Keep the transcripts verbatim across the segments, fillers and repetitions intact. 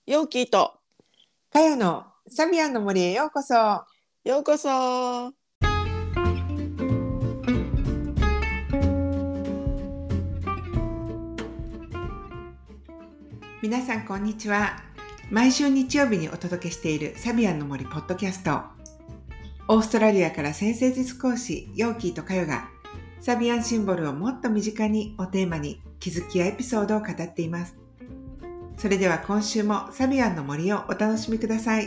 ヨーキーとかよのサビアンの森へようこそ。 ようこそ。 皆さんこんにちは。毎週日曜日にお届けしているサビアンの森ポッドキャスト。オーストラリアから先生術講師ヨーキーとかよがサビアンシンボルをもっと身近にをテーマに気づきやエピソードを語っています。それでは今週もサビアンの森をお楽しみください。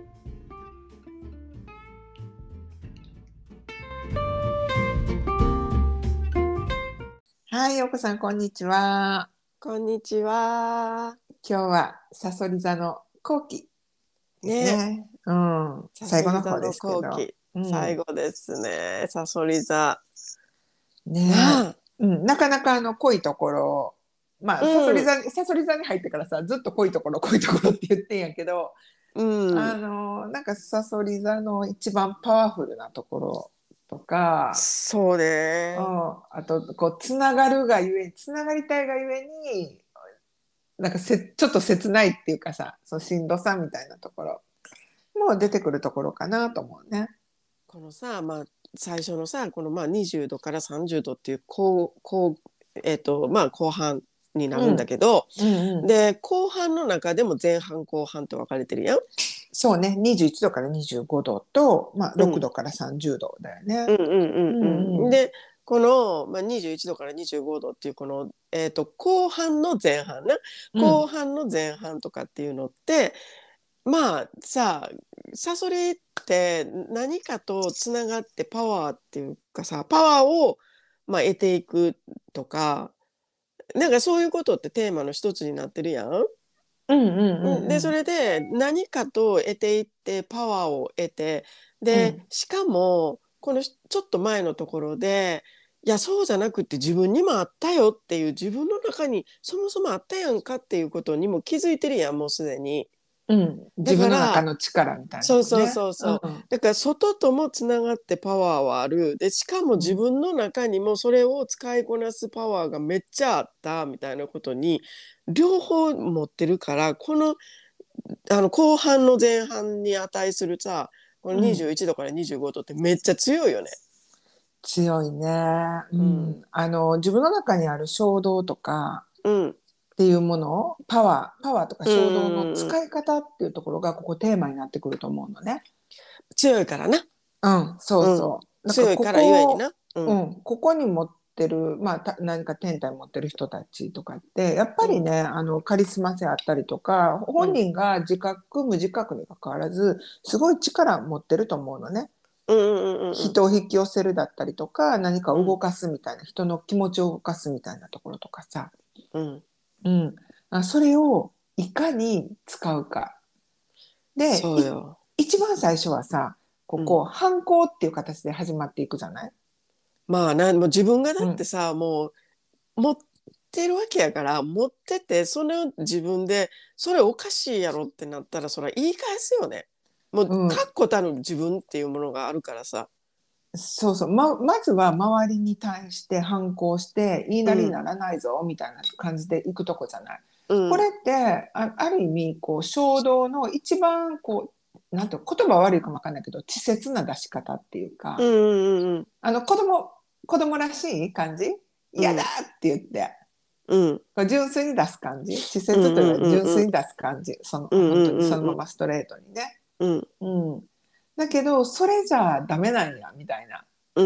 はい、ようこさんこんにちは。 こんにちは。 今日はサソリ座の後期ですね、 ね。うん、 サ最後のソリ座の方ですけど。 後期、 うん、 最後ですね。サソリ座。 ねなあ、 え、うん、なかなかあの濃いところ、まあサソうん、 リ座にサソリ座に入ってからさ、ずっと濃いところ濃いところって言ってんやけど、 うあん、 のなんかサソリ座の一番パワフルなところとか、 そううん、 ね。 あとこうつながるがゆえにつながりたいがゆえになんかせちょっと切ないっていうかさ、そのしんどさみたいなところも出てくるところかなと思うね。 このさ、まあ、最初のさ、このまあにじゅうどからさんじゅうどっていうこう、こう、えっと、まあ後半になるんだうんけど、 うんうん。 で、後半の中でも前半後半と分かれてるやん。 そうね、にじゅういちどからにじゅうごどと、まあ、 うん。 ろくどからさんじゅうどだよね。 うんうんううんうん。 んうん。 で、この、まあ、にじゅういちどからにじゅうごどっていうこの、えーと、後半の前半なうん。 後半の前半とかっていうのってまあさサソリって何かとつながってパワーっていうかさパワーを、まあ、得ていくとかなんかそういうことってテーマの一つになってるやん。 うんうんううんでそんうん。 れで何かと得ていってパワーを得てでうん。 しかもこのちょっと前のところでいやそうじゃなくって自分にもあったよっていう自分の中にそもそもあったやんかっていうことにも気づいてるやんもうすでに。 うん。 だ自分の中からの力みたいなそうそうもんね。 そうそう。 うん。 だから外ともつながってパワーはある。で、しかも自うん。 分の中にもそれを使いこなすパワーがめっちゃあったみたいなことに両方持ってるから、この、あの後半の前半に値するさ、このうん。 にじゅういちどからにじゅうごどってめっちゃ強いよね。 強いね。ううん。 ん。あの、自分の中にある衝動とかうん。 っていうもの、パワー、パワーとかう衝動のん。 使い方っていうところがここテーマになってくると思うのね。 強いからな。 うん、そううん。 そう。なんかこ強いからゆえにこ、 な。うん。 うん、ここに持ってる、まあ、た何か天体持ってる人たちとかって、やっぱうん。 りね、あの、カリスマ性あったりとか、 うん。 本人が自覚、無自覚に関わらず、すごい力持ってると思うのね。 うんうんうんうん人を引き寄せるだったりとか、何かうん。 動かすみたいな、人の気持ちを動かすみたいなところとかさ。 うん。 うん。あ、それをいかに使うか。で、いそうよ。 一番最初はさ、こうん。 こ、反抗っていう形で始まっていくじゃない。 まあな、もう自分がだうん。 ってさ、もう持ってるわけやから、持ってて、それを自分で、それおかしいやろってなったら、それは言い返すよね。もう、 うん。 確固たる自分っていうものがあるからさ。 そうそう。ま、まずは周りに対して反抗して、言いなりにうん、 ならないぞ、みたいな感じで行くとこじゃない。 うん、 これって、あ、ある意味、こう、衝動の一番、こう、なんていう言葉悪いかもわかんないけど、稚拙な出し方っていううか、 ん、うん、 あの、子供、子供らしい感じ、嫌だうん、 って言って、 うん、 こう純粋に出す感じ、稚うん、 拙というよりはうん、うん、 純粋に出す感じ、その、 うん、 本当にそのうん、うん、 ままストレートにね。 うん、 うん。だけど、それじゃダメなんや、みたいな。 うん、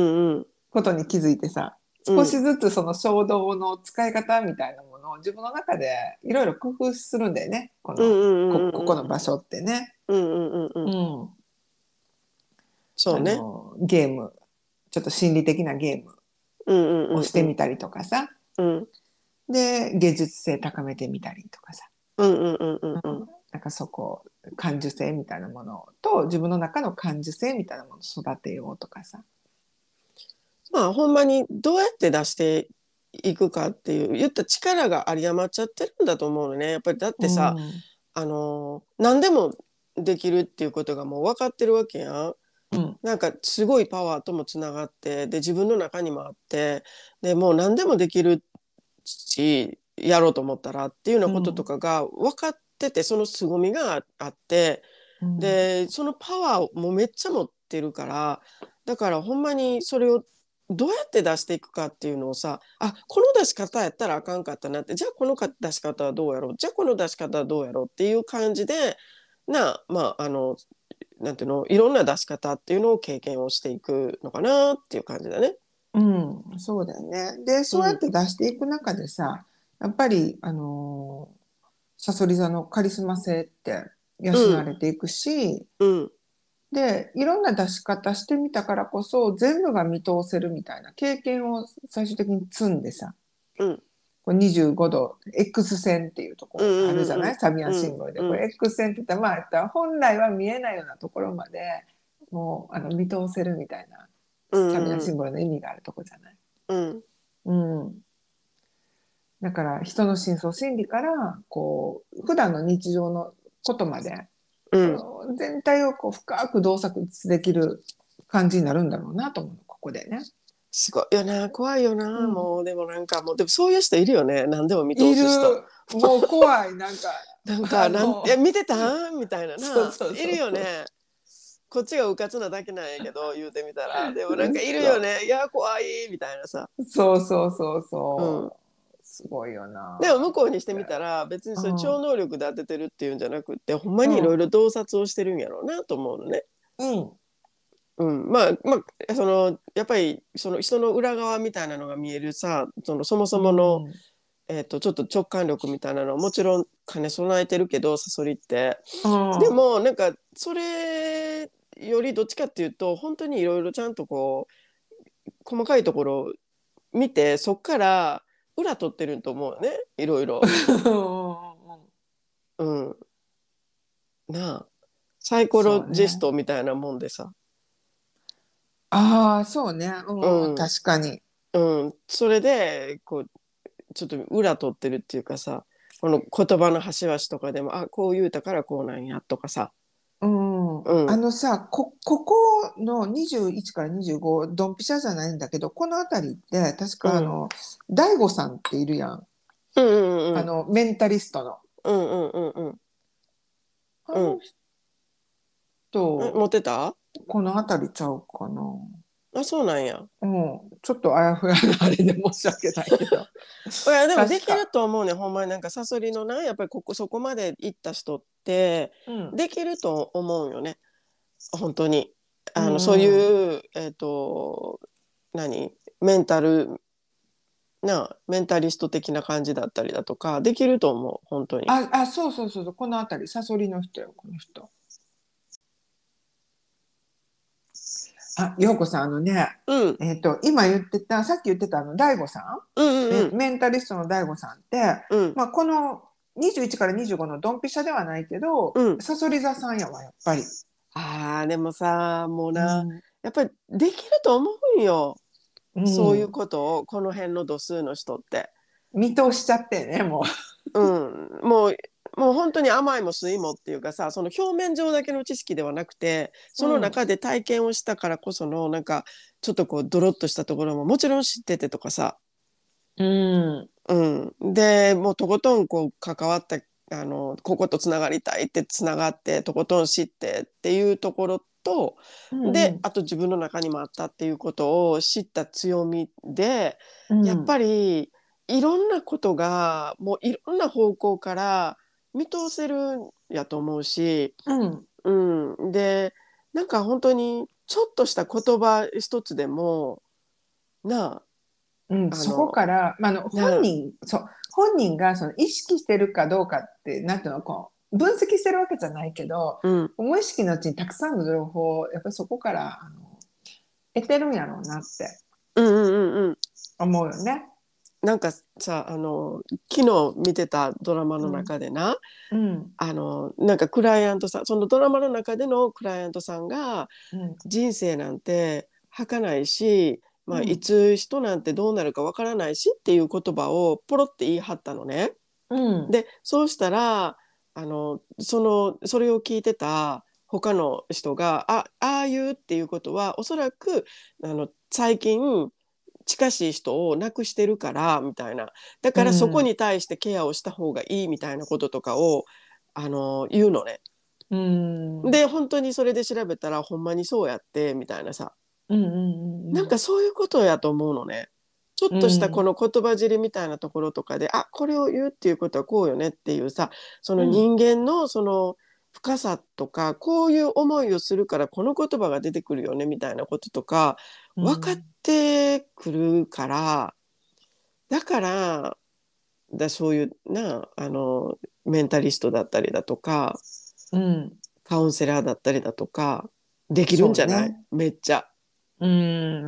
ことに気づいてさ、少しずつその衝動の使い方みたいなものを自分の中でいろいろ工夫するんだよね。こうん、 の、こ、 うん、 ここの場所ってね。 うん、うん、うん、 うん。あそうね。 の、ゲーム、ちょっと心理的なゲームうん、うん、 をしうん、 てみたりとかさ。 うん、うん、 で、芸術性高めてみたりとかさ。 うん、うん、うん、うん。 なんかそこ、感受性みたいなものと自分の中の感受性みたいなものを育てようとかさ。 まあ、ほんまにどうやって出していくかっていう、言った力が有り余っちゃってるんだと思うのね。やっぱりだっうてさ、 ん。 あの何でもできるっていうことがもう分かってるわけやん。 うん。 なんかすごいパワーともつながってで自分の中にもあってでもう何でもできるしやろうと思ったらっていうようなこととうん。 かが分かっってて、その凄みがあって、 うん、 でそのパワーをもうめっちゃ持ってるから、だからほんまにそれをどうやって出していくかっていうのをさ、あ、この出し方やったらあかんかったなって、じゃあこのか出し方はどうやろう、じゃあこの出し方はどうやろうっていう感じでな、まああのなんていうの、いろんな出し方っていうのを経験をしていくのかなっていう感じだね。 うん、そうだよね。で、 うん、 そうやって出していく中でさ、やっぱり、あのーさそり座のカリスマ性って養うん、 われていくし、 うん、 で、いろんな出し方してみたからこそ、全部が見通せるみたいな経験を最終的に積んでさ、 うん、 これにじゅうごど X 線っていうとうん、 こあるじゃうん、 ない、サビアンうん、 シンボルで。 うん、 これ X 線って言ったら、まあ、言ったら本来は見えないようなところまでもうあの見通せるみたいなうサビアンん、うん、 シンボルの意味があるとこじゃない。 うん、 うん。だから人の深層心理からこう普段の日常のことまでうん。 この全体をこう深く洞察できる感じになるんだろうなと思うの、ここでね。 すごいよな、怖いよな、 うん、 もう。でもなんかもう、でもそういう人いるよね、何でも見通いる。 す人。 もう怖い。なんかなんか、なん、いあのや、見てたみたいなそうな、 そういるそうそうよね。こっちがうかつなだけなんやけど、言うてみたら。でもなんかいるよそね。いや、怖い、みたいなさ。 うそうそうそううん。 そう。すごいよでもな向こうにしてって。 みたら、別にそれうん。 超能力で当ててるっていうんじゃなくって、ほんまうん。 にいろいろ洞察をしてるんやろうなと思うのね。 うん。 うん、まあまあそのやっぱりその人の裏側みたいなのが見えるさ、そのそもそうもの、 ん。 えー、とちょっと直感力みたいなのはもちろん兼ね備えてるけど、サソリって。 うん。 でもなんかそれよりどっちかっていうと、本当にいろいろちゃんとこう細かいところを見て、そっから裏取ってると思うよね、いろいろ。うん、なあ、サイコロそうね。 ジストみたいなもんでさ。 ああ、そうね。 ううん。 ん、 確かに。 うん、それでこうちょっと裏取ってるっていうかさ、この言葉の端々とかでも、あ、こう言うたからこうなんやとかさ。 うん。 うん、 あのさ、こ、ここのにじゅういちからにじゅうご、ドンピシャじゃないんだけど、このあたりって、確うん、 かあの、大悟さんっているやん。 うん、うん、うん、 あの、メンタリストの。 うん、うん、うん、うん、うん。 あのえ、 人、 持ってた？ このあたりちゃうかな。 あ、そうなんや。 うん。ちょっとあやふやなあれで申し訳ないけど。 いや、でもできる確か。 と思うね、ほんまに。なんかサソリのな、やっぱりここそこまで行った人ってうん。 できると思うよね、本当に。 うあのそうんうん。 いう、えっ、と何メンタルなメンタリスト的な感じだったりだとか、できると思う、本当に。 あ、あ、そうそうそうそう、このあたり、サソリの人よ、この人。あ、ようこさん、あのね、 うん、 えっと、今言ってた、さっき言ってたあの、大悟さうん、 ん、メ、 うん、 メンタリストの大悟さんって、 うん、 まあ、このにじゅういちからにじゅうごのドンピシャではないけど、 うん。 サソリ座さんやわ、やっぱり。 あー、でもさ、もうな、 うん。 やっぱりできると思うんよ。 うそういうん。 ことを、この辺の度数の人って。 見通しちゃってね、もうん、もう、もう本当に甘いも酸いもっていうかさ、その表面上だけの知識ではなくて、 う。 そのうん。 中で体験をしたからこその、なんか、ちょっとこう、ドロッとしたところももちろん知っててとかさ、 うん。 うん。で、もうとことんこう、関わった、あの、こことつながりたいってつながって、とことん知ってっていうところと、で、 うん。 あと自分の中にもあったっていうことを知った強みで、 うやっぱん。 りいろんなことがもういろんな方向から見通せるんやと思うし、 うん。 うん、でなんか本当にちょっとした言葉一つでもなうん、そこああのから、まあ、あの本な人、そう、本人がその意識してるかどうかって、なんていうの、こう、分析してるわけじゃないけど、 うん、 無意識のうちにたくさんの情報を、やっぱりそこからあの得てるんやろうなってうんうんうんうん。 思うよね。 なんかさ、あの昨日見てたドラマのうん。 中でな、 うん。 あのなんかクライアントさん、そのドラマの中でのクライアントさんが、 うん。 人生なんて儚いし、まあ、いうん。 つ人なんてどうなるかわからないしっていう言葉をポロって言い張ったのね。 うん。 でそうしたら、あのそのそれを聞いてた他の人が、あああいうっていうことはおそらくあの最近近しい人を亡くしてるからみたいな、だうからそこん。 に対してケアをした方がいいみたいなこととかをあの言うのね。 うん。 で本当にそれで調べたらほんまにそうやってみたいなさ、 うんうんうんなんかそういうことやと思うのね。ちょっうん。 としたこの言葉尻みたいなところとかで、あ、これを言うっていうことはこうよねっていうさ、そのうん。 人間のその深さとか、こういう思いをするからこの言葉が出てくるよねみたいなこととか分かっうん。 てくるから、だからだそういうなあのメンタリストだったりだとかうん。 カウンセラーだったりだとかできるんじゃない？ そうね。 めっちゃ。 うん、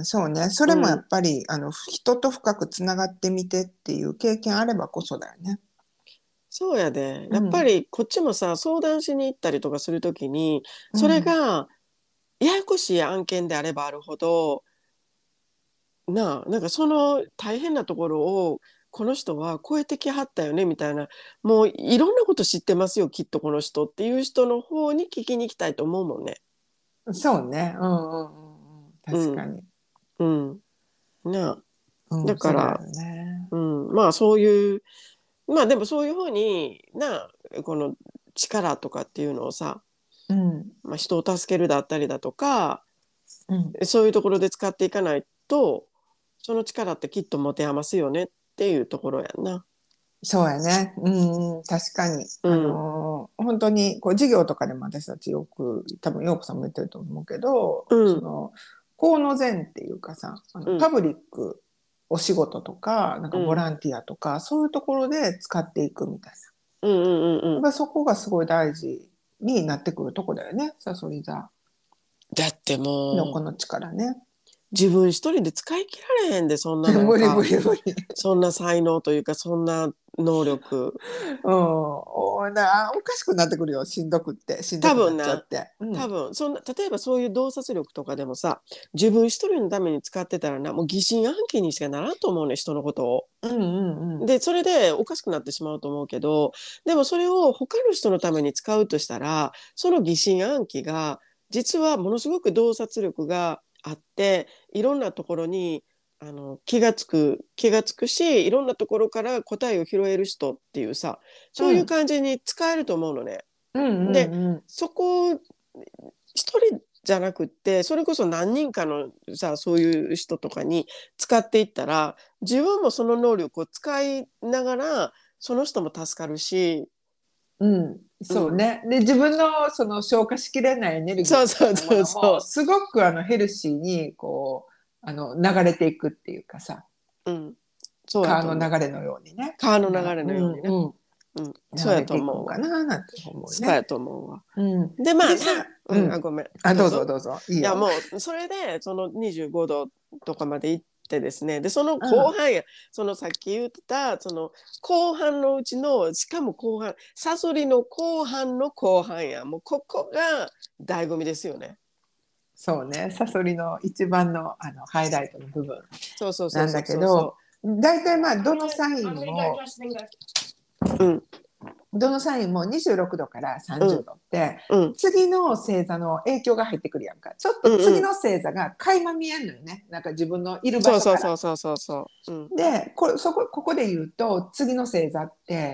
そうね。それもやうん、 っぱり、あの、人と深くつながってみてっていう経験あればこそだよね。 そうやで。やっぱうん。 りこっちもさ、相談しに行ったりとかするときに、それうん。 がややこしい案件であればあるほど、なあ、なんかその大変なところをこの人は超えてきはったよねみたいな、もういろんなこと知ってますよ、きっとこの人っていう人の方に聞きに行きたいと思うもんね。 そうね。うんうんうんうん。 うん、 確かに。 うん。なあ。だうん、 から、 そうだよね。 うん、まあそういう、まあでもそういうふうになあ、この力とかっていうのをさ、 うん。 まあ、人を助けるだったりだとか、 うん。 そういうところで使っていかないと、その力ってきっと持て余すよねっていうところやんな。 そうやね。うんうん、確かに。あうん、 のー本当に、こう、授業とかでも私たちよく、多分、陽子さんも言ってると思うけど、 うん、 その、河野前っていうかさ、あの、 うん、 パブリックお仕事とか、なんかボうん、 ランティアとか、そういうところで使っていくみたいうん、うん、うな。やっん。 ぱりそこがすごい大事になってくるとこだよね。さそり座だってもう、 のこの力ね。 自分一人で使い切られへんで、そんななん無理無か、 理無理。 そんな才能というか、そんな能力。 うん。おなおかしくなってくるよ。しんどくって。しんどくなっちゃ多分な、 って。うん。 多分そんな例えばそういう洞察力とかでもさ、自分一人のために使ってたらな、もう疑心暗鬼にしかならんと思うね、人のことを。 うんうんうん。 でそれでおかしくなってしまうと思うけど、でもそれを他の人のために使うとしたら、その疑心暗鬼が実はものすごく洞察力があって、いろんなところにあの気がつく気がつくし、いろんなところから答えを拾える人っていうさ、そういううん。 感じに使えると思うのね。 うんでうんうん。 そこ一人じゃなくって、それこそ何人かのさ、そういう人とかに使っていったら、自分もその能力を使いながらその人も助かるし。 うん、 うん、 そうね。で、自分のその消化しきれないエネルギーみたいそうそうなものも、 そうそすごくあのヘルシーに、こう、あの、流れていくっていうかさ、 う、うん、そうや川と思う。 の流れのようにね。 川のだから、 流れうのようにね。 んうん、 うん、そうや流れていくと思うわ。 んかな、なんて思うね。 そうやと思うわ。 うん。 でまあな、 でさ、 うん、あ、 うん。 ごめん、 あ、どうぞどうぞ。 どうぞ。いいいやよ。 もうそれでそのにじゅうごどとかまで行ってですね、でそのうん。 後半や、そのさっき言ったその後半のうちの、しかも後半、サソリの後半の後半や、もうここが醍醐味ですよね。 そうね。サソリの一番の、あの、ハイライトの部分そうそうそうそうなんだけそうそど、大体まあ、どのサインも、 う。うん、 どのサインもにじゅうろくどから30 うん、 度ってうん、 次の星座の影響が入ってくるやんか。ちょっとうん、うん。 次の星座が垣間見えんのよね。なんか自分のいる場そう所から。 そうそうそうそうそう。うん、 で、これそこここで言うと次の星座って、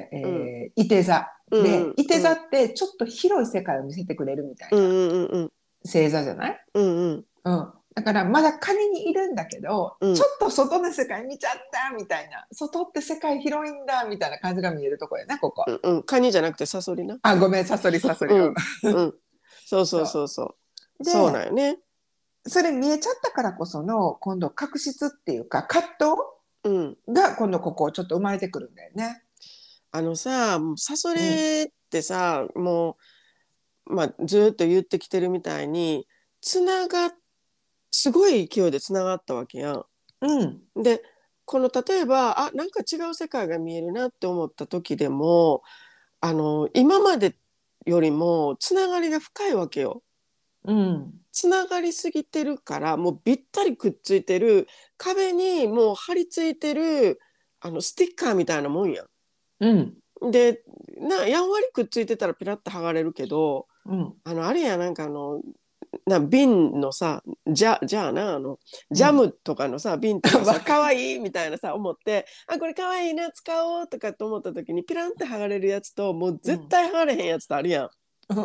うん、 えー、いて座うん、 で、いて座うん、 ってちょっと広い世界を見せてくれるみたいうん、 なうん、うん、 星座じゃない？ うん、うん、 うん。だからまだ仮にいるんだけど、 うん、 ちょっと外の世界見ちゃったみたいな、外って世界広いんだみたいな感じが見えるところやね、ここ。 うん、うん、カニじゃなくてサソリな。 あ、ごめん、サソリサソリ。うん。 うん、うん。そうそうそそうそう。 う。 そうなんで、 よね。 それ見えちゃったからこその、今度確執っていうか、葛うん。 藤が今度ここちょっと生まれてくるんだよね。 あのさ、もうサソうん。 リってさ、もう、まあ、ずっと言ってきてるみたいに、つながっ、すごい勢いでつながったわけやん。 うん。 で、この例えば、あ、なんか違う世界が見えるなって思った時でも、あの、今までよりもつながりが深いわけよ。 うん。 つながりすぎてるから、もうびったりくっついてる、壁にもう張り付いてる、あの、スティッカーみたいなもんやうん。 ん。で、な、やんわりくっついてたらピラッと剥がれるけど、 うん。 あの、あれや、なんかあの、 な瓶のさじゃじゃあなあのジャムとかのさ、うん、瓶とかさかわいいみたいなさ思ってあこれかわいいな使おうとかと思った時にピランって剥がれるやつともう絶対剥がれへんやつとあるやん。うん、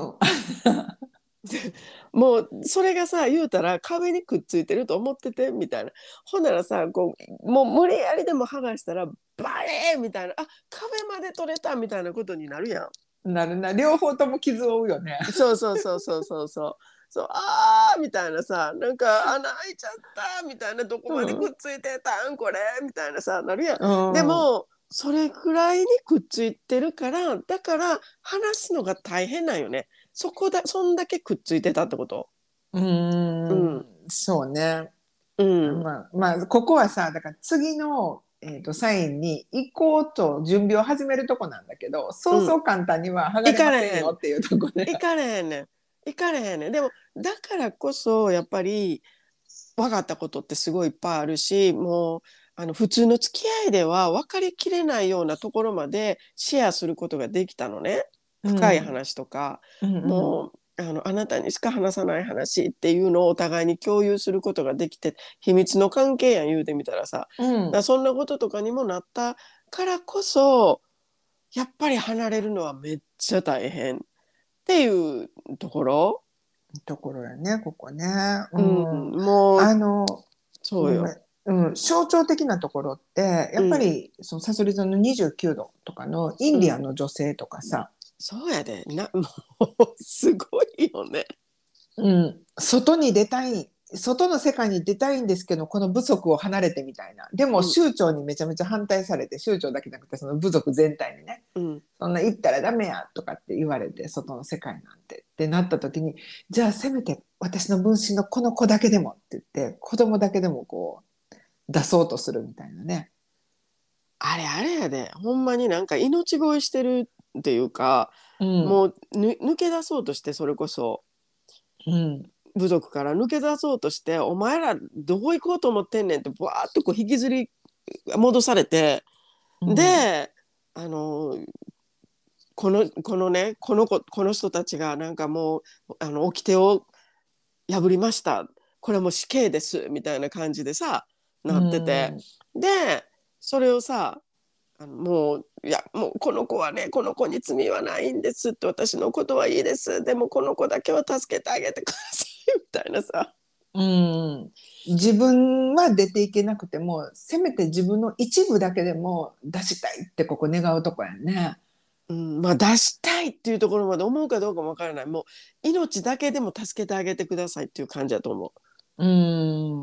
もうそれがさ言うたら壁にくっついてると思っててみたいな。ほんならさこうもう無理やりでも剥がしたらバレーみたいなあ壁まで取れたみたいなことになるやん。なるな両方とも傷を負うよね。 そうそうそうそうそうそうそうあーみたいなさなんか穴開いちゃったみたいなどこまでくっついてたんこれみたいなさなるやん、うん、でもそれくらいにくっついてるからだから離すのが大変なんよね。そこだそんだけくっついてたってこと。 うーん、うん、そうね、 うん、 まあまあここはさだから次のえー、とサインに行こうと準備を始めるとこなんだけどそうそう簡単には剥がれませんよっていうとこで、 行かれへんねん行かれへんねん。でもだからこそやっぱり分かったことってすごいいっぱいあるしもうあの普通の付き合いでは分かりきれないようなところまでシェアすることができたのね。深い話とか、うんうん、もうあのあなたにしか話さない話っていうのをお互いに共有することができて秘密の関係やん言うてみたらさ、うん、だからそんなこととかにもなったからこそやっぱり離れるのはめっちゃ大変っていうところところやねここね、 うん、うん、もうあのそうよ、 うん、象徴的なところってやっぱり、うん、そのさそり座のにじゅうきゅうどとかのインディアンの女性とかさ、 うん、そうやでなもうすごいよね、 うん、外に出たい外の世界に出たいんですけどこの部族を離れてみたいなでも酋長にめちゃめちゃ反対されて、うん、酋長だけじゃなくてその部族全体にね、うん、そんな行ったらダメやとかって言われて外の世界なんてってなった時にじゃあせめて私の分身のこの子だけでもって言って子供だけでもこう出そうとするみたいなね。 あれあれやでほんまになんか命乞いしてるっていうか、うん、もう抜け出そうとしてそれこそ、うん、部族から抜け出そうとしてお前らどこ行こうと思ってんねんってバーッとこう引きずり戻されて、うん、であのこのこのねこの子この人たちがなんかもうあの掟を破りましたこれもう死刑ですみたいな感じでさなってて、うん、でそれをさあのもういやもうこの子はねこの子に罪はないんですって私のことはいいですでもこの子だけは助けてあげてくださいみたいなさ、 うん、自分は出ていけなくてもせめて自分の一部だけでも出したいってここ願うとこやね。 うん、まあ出したいっていうところまで思うかどうかもわからないもう命だけでも助けてあげてくださいっていう感じだと思う。うん、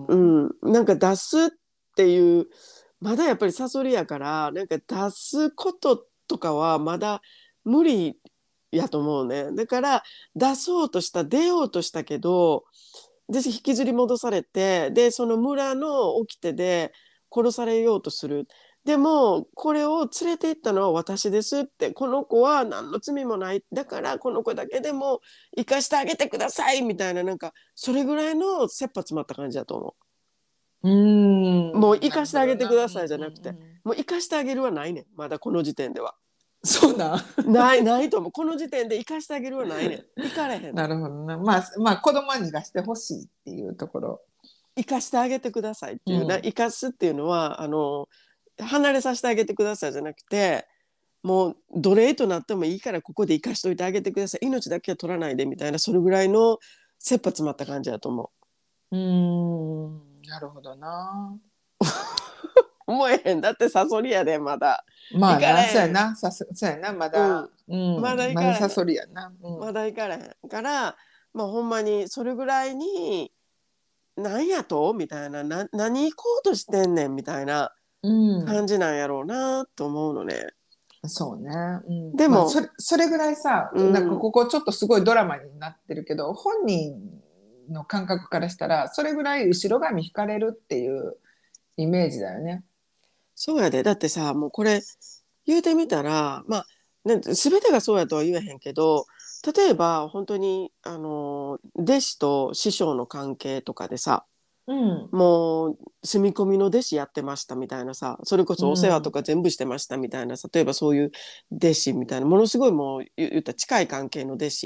うん、なんか出すっていうまだやっぱりサソリやからなんか出すこととかはまだ無理やと思うね。だから出そうとした出ようとしたけどで引きずり戻されてでその村の掟で殺されようとする。でもこれを連れて行ったのは私ですってこの子は何の罪もないだからこの子だけでも生かしてあげてくださいみたいななんかそれぐらいの切羽詰まった感じだと思う。うーんもう生かしてあげてくださいじゃなくてもう生かしてあげるはないねんまだこの時点では。 そうなないないと思うこの時点で生かしてあげるはないねん。生かれへん。 なるほどな。まあまあ子供に逃がしてほしいっていうところ。 生かしてあげてくださいっていう、うん、生かすっていうのはあの離れさせてあげてくださいじゃなくてもう奴隷となってもいいからここで生かしといてあげてください命だけは取らないでみたいなそれぐらいの切羽詰まった感じだと思う。うーんなるほどな思えへんだってサソリやでまだまあなそうやなさそうやなまだ、 うんうん、まだ行かれへん、 まだサソリやな、 うん、まだ行かれへんからまあほんまにそれぐらいになんやとみたいなな何行こうとしてんねんみたいな感じなんやろうなと思うのね。 そうね、うん、 でも、 まあ、それ、それぐらいさ、うん、なんかここちょっとすごいドラマになってるけど本人の感覚からしたらそれぐらい後ろ髪引かれるっていうイメージだよね。 そうやでだってさもうこれ言うてみたらまあね全てがそうやとは言えへんけど例えば本当にあの弟子と師匠の関係とかでさ、うん、もう住み込みの弟子やってましたみたいなさそれこそお世話とか全部してましたみたいな、うん、例えばそういう弟子みたいなものすごいもう言った近い関係の弟子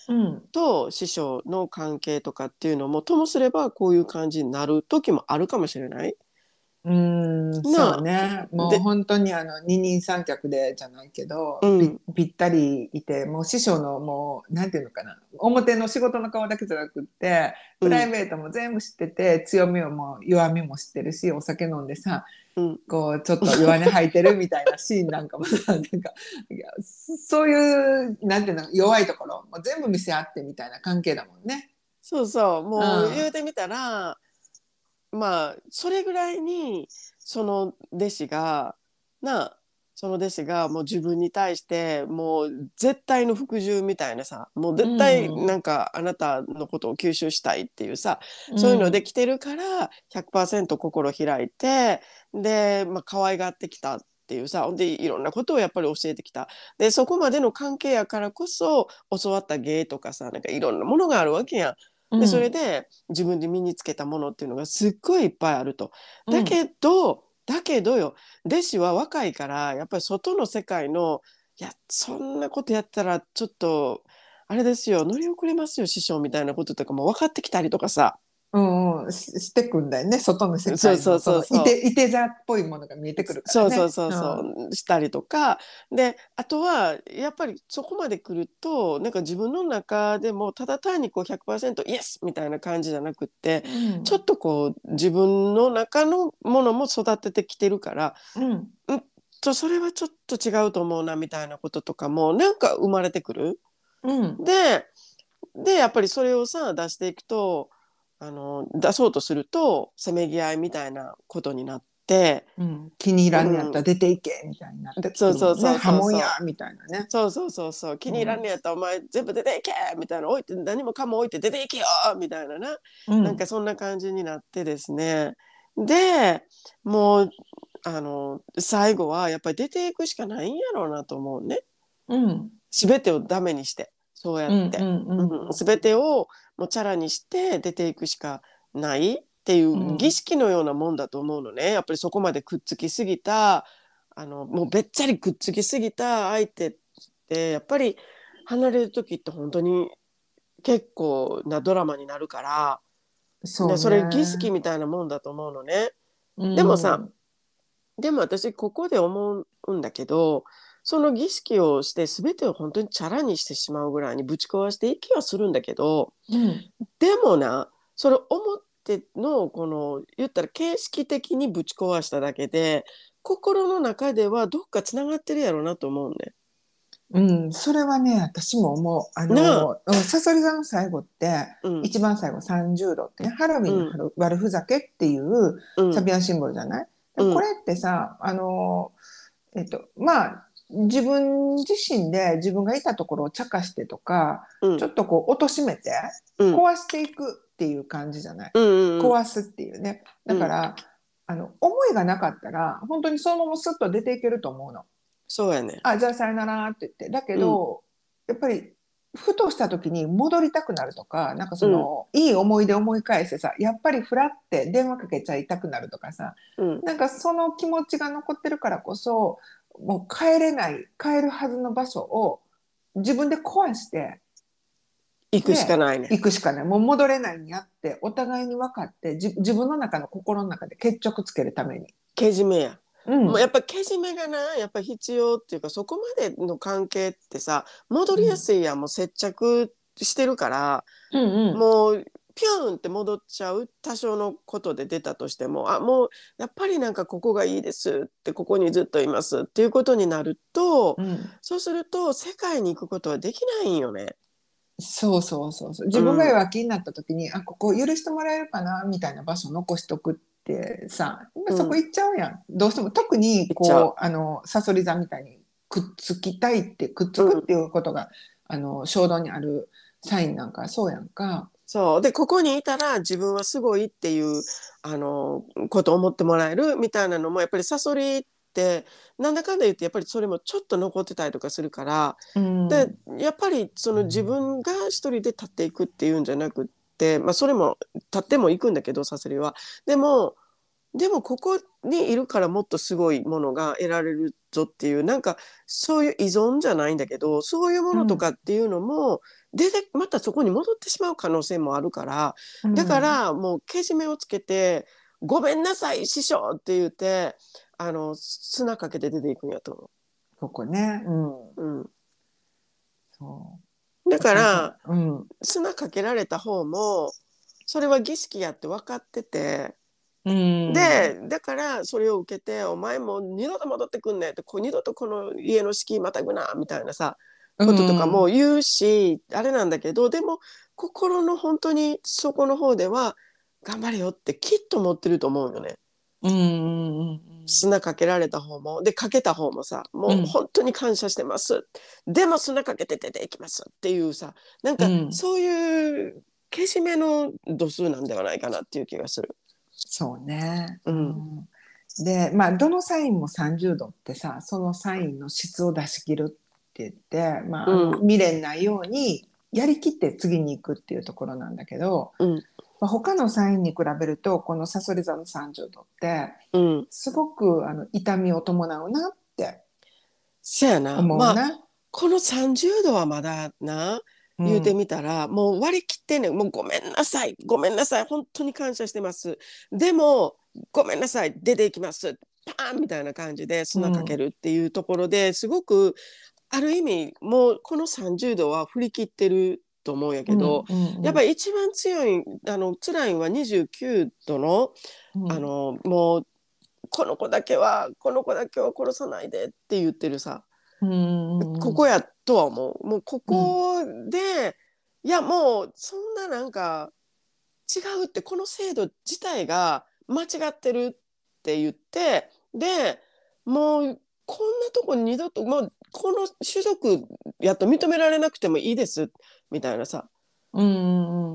うん、 と師匠の関係とかっていうのもともすればこういう感じになる時もあるかもしれない。 うーん、そうなあ。 ね。もうで、 本当にあの二人三脚でじゃないけど、ぴ、 うん、 ぴったりいて、もう師匠のもう、なんていうのかな。表の仕事の顔だけじゃなくって、プライうん、 ベートも全部知ってて、強みをも弱みも知ってるし、お酒飲んでさ、 うん。 こう、ちょっと弱音吐いてるみたいなシーンなんかもさ、なんか、いやそういう、なんていうの、弱いところ、もう全部見せ合ってみたいな関係だもんね。 そうそう、 うもう言うん。 てみたら、まあそれぐらいにその弟子がなその弟子がもう自分に対してもう絶対の服従みたいなさ、もうう絶対ん。 なんかあなたのことを吸収したいっていうさ、 うそういうのでん。 きてるからひゃくパーセント心開いて、で、まあ可愛がってきたっていうさ、でいろんなことをやっぱり教えてきた。でそこまでの関係やからこそ教わった芸とかさ、なんかいろんなものがあるわけやん。でそれうん。 で自分で身につけたものっていうのがすっごいいっぱいあると。 うん。 だけどだけどよ、弟子は若いからやっぱり外の世界の、いやそんなことやったらちょっとあれですよ、乗り遅れますよ師匠みたいなこととかも分かってきたりとかさ。 うんうん、ししてくんだよね。外の世界の、 そうそうその、いそうそう。 て、いて座っぽいものが見えてくるからね。 そうそうそううん。 そうしたりとかで、あとはやっぱりそこまで来るとなんか自分の中でもただ単にこうひゃくパーセントイエスみたいな感じじゃなくって、 うん。 ちょっとこう自分の中のものも育ててきてるから、 うん。 うんとそれはちょっと違うと思うなみたいなこととかもなんか生まれてくる。 うん。 ででやっぱりそれをさ出していくと、あの出そうとするとせめぎ合いみたいなことになって、 うん。気に入らんのやったらうん、 出ていけみたいになってくるもんね。 そうそうそう波紋やそうそう。 みたいなね。 そうそうそうそう、気に入らんうん。 ねやったらお前全部出ていけみたいな、置いて何もかも置いて出ていけよみたいなな、 うん。 なんかそんな感じになってですね。でもうあの最後はやっぱり出ていくしかないんやろうなと思うね。 うん。 全てをダメにしてそうやうん。うって、 ん。うん。 うん、全てをもうチャラにして出ていくしかないっていう儀うん。 式のようなもんだと思うのね。やっぱりそこまでくっつきすぎた、あのもうべっちゃりくっつきすぎた相手ってやっぱり離れる時って本当に結構なドラマになるから、でそうそれ儀式ね。 みたいなもんだと思うのね。 うでもさ、 ん。 でも私ここで思うんだけど、その儀式をして全てを本当にチャラにしてしまうぐらいにぶち壊していきはするんだけど、 うん。 でもな、それ表のこの言ったら形式的にぶち壊しただけで心の中ではどっかつながってるやろうなと思うね。 うん、それはね、私も思う。あなあ。 の、うんさそり座の最後って、 うん、 一番最後さんじゅうどってね、ハロウィンのうん、 春悪ふざけっていううん、 サビアンシンボルじゃない。でうん、 これってさ、あの、えっと、まあ、自分自身で自分がいたところを茶化してとか、 うん、 ちょっとこう、貶めて、 うん、 壊していくっていう感じじゃない。 うん、うん、 壊すっていうね。 うん、 だから、あの、思いがなかったら、本当にそのままスッと出ていけると思うの。 そうやね。 あ、じゃあさよならって言って。だけうん、 ど、やっぱり、ふとした時に戻りたくなるとか、なんかそうん、 の、いい思い出思い返してさ、やっぱりフラって電話かけちゃいたくなるとかさ、 うん。 なんかその気持ちが残ってるからこそ、もう帰れない、帰るはずの場所を自分で壊して、 行くしかで、 ないね。 行くしかない。もう戻れないんやって、お互いに分かって、じ自分の中の心の中で決着つけるために。 けじめや。 うん。 もうやっぱけじめがな、やっぱ必要っていうか、そこまでの関係ってさ、戻りやうん。 すいやん、もう接着してるから、 うんうん。 もうピューンって戻っちゃう、多少のことで出たとしても、あもうやっぱりなんかここがいいですって、ここにずっといますっていうことになると、 うん。 そうすると世界に行くことはできないんよね。 そうそうそうそう。 う自分がん、 弱気になった時に、あ、ここ許してもらえるかなみたいな場所残しとくってさ、 うん、 そこ行っちゃうやん。どうしても。特に、 行っちゃう。 こう、あの、サソリ座みたいにくっつきたいって、くっつうん、 くっていうことが、あの、衝動にあるサインなんかそうやんか。 そうでここにいたら自分はすごいっていうあのことを思ってもらえるみたいなのもやっぱりサソリってなんだかんだ言ってやっぱりそれもちょっと残ってたりとかするから、 うでん。 やっぱりその自分が一人で立っていくっていうんじゃなくって、まあ、それも立ってもいくんだけどサソリは。でもでもここにいるからもっとすごいものが得られるぞっていうなんかそういう依存じゃないんだけどそういうものとかっていうのも出てまたそこに戻ってしまう可能性もあるからだかうん、 らもうけじめをつけて「ごめんなさい師匠」って言ってあの砂かけて出ていくんやと思ここね。うん。 う。うん、 そだう。なんからか、うん。 砂かけられた方もそれは儀式やって分かっててうん。 でだからそれを受けて「お前もう二度と戻ってくんね」ってこう二度とこの家の敷居またぐなみたいなさうこととかもん。 言うしあれなんだけどでも心の本当にそこの方では頑張れよってきっと思ってると思うよね。 うん。 砂かけられた方もでかけた方もさもううん。 本当に感謝してますでも砂かけて出ていきますっていうさなんかうん。 そういうけじめの度数なんではないかなっていう気がする。 そうね。ううん、 ん。で、まあ、どのサインもさんじゅうどってさ、そのサインの質を出し切るって言って、まあ、あのうん、 未練ないようにやりきって次に行くっていうところなんだけど、 うん、 まあ、他のサインに比べるとこのさそり座のさんじゅうどってうん。 すごくあの痛みを伴うなってせやな。まあ、 思うな。 このさんじゅうどはまだな、言うてうん、 みたら、もう割り切ってんねん。もうごめんなさい。ごめんなさい。本当に感謝してます。でも、ごめんなさい。出ていきます。パーンみたいな感じで砂かけうん、 るっていうところですごく、ある意味、もうこのさんじゅうどは振り切ってると思うんやうん、 けど、 うん、うん、 やっぱり一番強い、あの、辛いのはにじゅうきゅうどの、 うん、 あの、もう、この子だけは、この子だけは殺さないでって言ってるさ。 うん、うん、 ここやとは思う。もうこうん、 こで、いやもうそんななんか違うってこの制度自体が間違ってるって言って、で、もうこんなとこ二度ともうこの種族やっと認められなくてもいいですみたいなさ。 うん、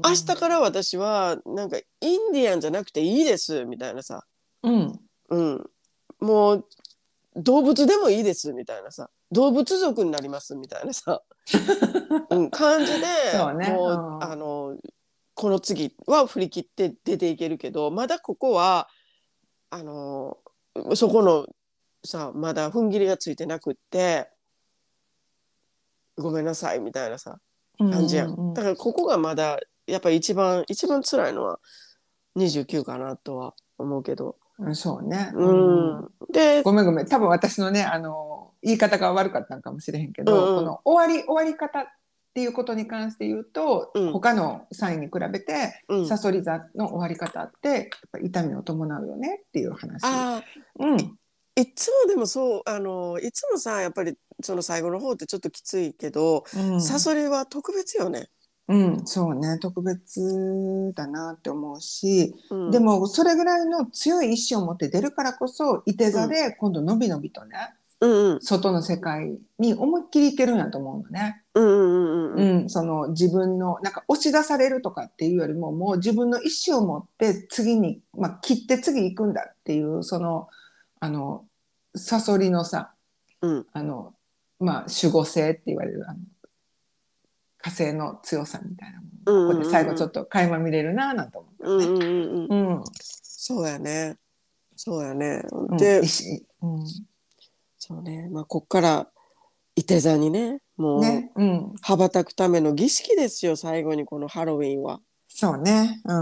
明日から私はなんかインディアンじゃなくていいですみたいなさ。 うん、 うん。もう動物でもいいですみたいなさ。動物族になりますみたいなさ。うん、感じでそうね。うもうあん、 のこの次は振り切って出ていけるけどまだここはあのそこのさまだ踏ん切りがついてなくってごめんなさいみたいなさう感じやん。 ん、うん、 だからここがまだやっぱり一番一番辛いのはにじゅうきゅうかなとは思うけど。 うん、そうね。ううんん。 で、 ごめんごめん。多分私のね、あの、言い方が悪かったのかもしれへんけど、こうんうんの終わり、終わり方っていうことに関して言うと、 うん他のサインに比べて、 うんサソリ座の終わり方って、やっぱ痛みを伴うよねっていう話。 ああうん。 いつもでもそうあのいつもさやっぱりその最後の方ってちょっときついけどうん。 サソリは特別よね。 うん、そうね。特別だなって思うし、 うんでも、それぐらいの強い意志を持って出るからこそ、いてうん座で今度のびのびとね、 うんうん外の世界に思いっきりいけるんやと思うのね。 うんうんうんうん、その自分のなんか押し出されるとかっていうよりももう自分の意思を持って次に、まあ、切って次行くんだっていうそのあのサソリのさうんあの、まあ、守護性って言われるあの火星の強さみたいなものうんここで最後うんうんちょっと垣間見れるななんて思ったよね。 うんうんうんうんうん、 そうやねそうやねうん、 で意志、うん、 そうねまあこっからいて座にねもうね、うん、 羽ばたくための儀式ですよ最後にこのハロウィンは。 そうね、うん、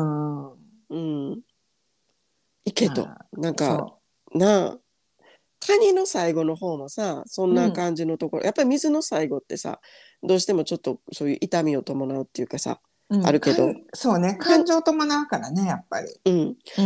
うんいけとまあ、 なんかそなあカニの最後の方もさそんう、うん。 な感じのところやっぱり水の最後ってさどうしてもちょっとそういう痛みを伴うっていうかさうん、かん、 あるけどそうね、 か、 感情伴うからね、やっぱり。 うん、 うん、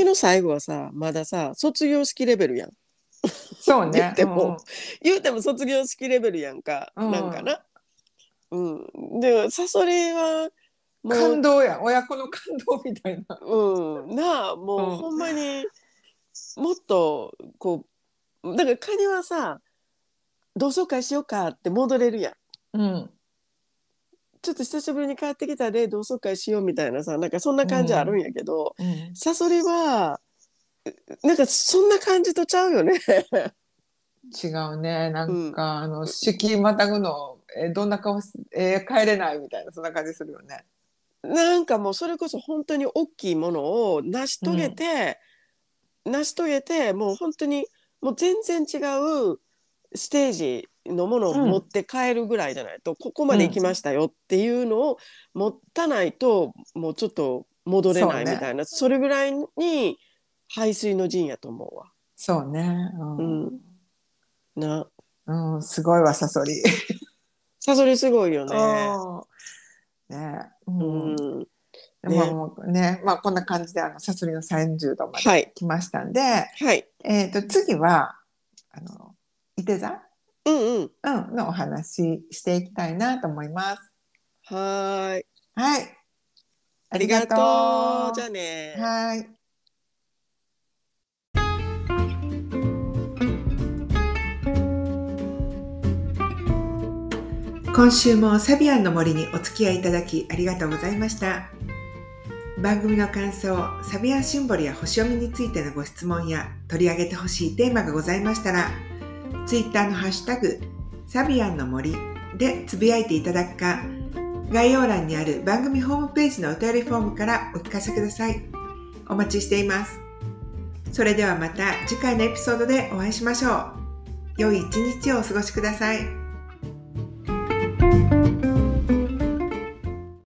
カニの最後はさまださ卒業式レベルやん言っそうね、うてもん、 言うても卒業式レベルやんかうん、 なんかな。うん、でサソリはもう、 感動や、親子の感動みたいな。 うん、なあうん、 もうほんまにもっとこうだからカニはさ同窓会しようかって戻れるやん。 うん、 ちょっと久しぶりに帰ってきたで同窓会しようみたいなさなんかそんなう感じあるんん、 やけどうん、 サソリはなんかそんな感じとちゃうよね。 違うね、なうん、 んか、あの、敷居またぐの、え、どんな顔す、えー帰れないみたいな、そんな感じするよね。 なんかもうそれこそ本当に大きいものを成し遂げうん、 て成し遂げてもう本当にもう全然違うステージのものを持って帰るぐらいじゃないと、うん、ここまで行きましたよっていうのを持たないともうちょっと戻れないみたいな そ,、ね、それぐらいに背水の陣やと思うわ。 そうね、うん、 うん、な、 うん、すごいわサソリ。 サソリすごいよね。 ね、うん、 うん、 ね、もうね、まあこんな感じであのサソリのさんじゅうどまで来ましたんで、はいはい、えっと次はあのいて座、うんうんうん、のお話していきたいなと思います。 はい。 はい。 ありがとう。じゃあね。 はい。今週もサビアンの森にお付き合いいただきありがとうございました。番組の感想、サビアンシンボルや星読みについてのご質問や取り上げてほしいテーマがございましたら、ツイッターのハッシュタグサビアンの森でつぶやいていただくか、概要欄にある番組ホームページのお便りフォームからお聞かせください。お待ちしています。それではまた次回のエピソードでお会いしましょう。良い一日をお過ごしください。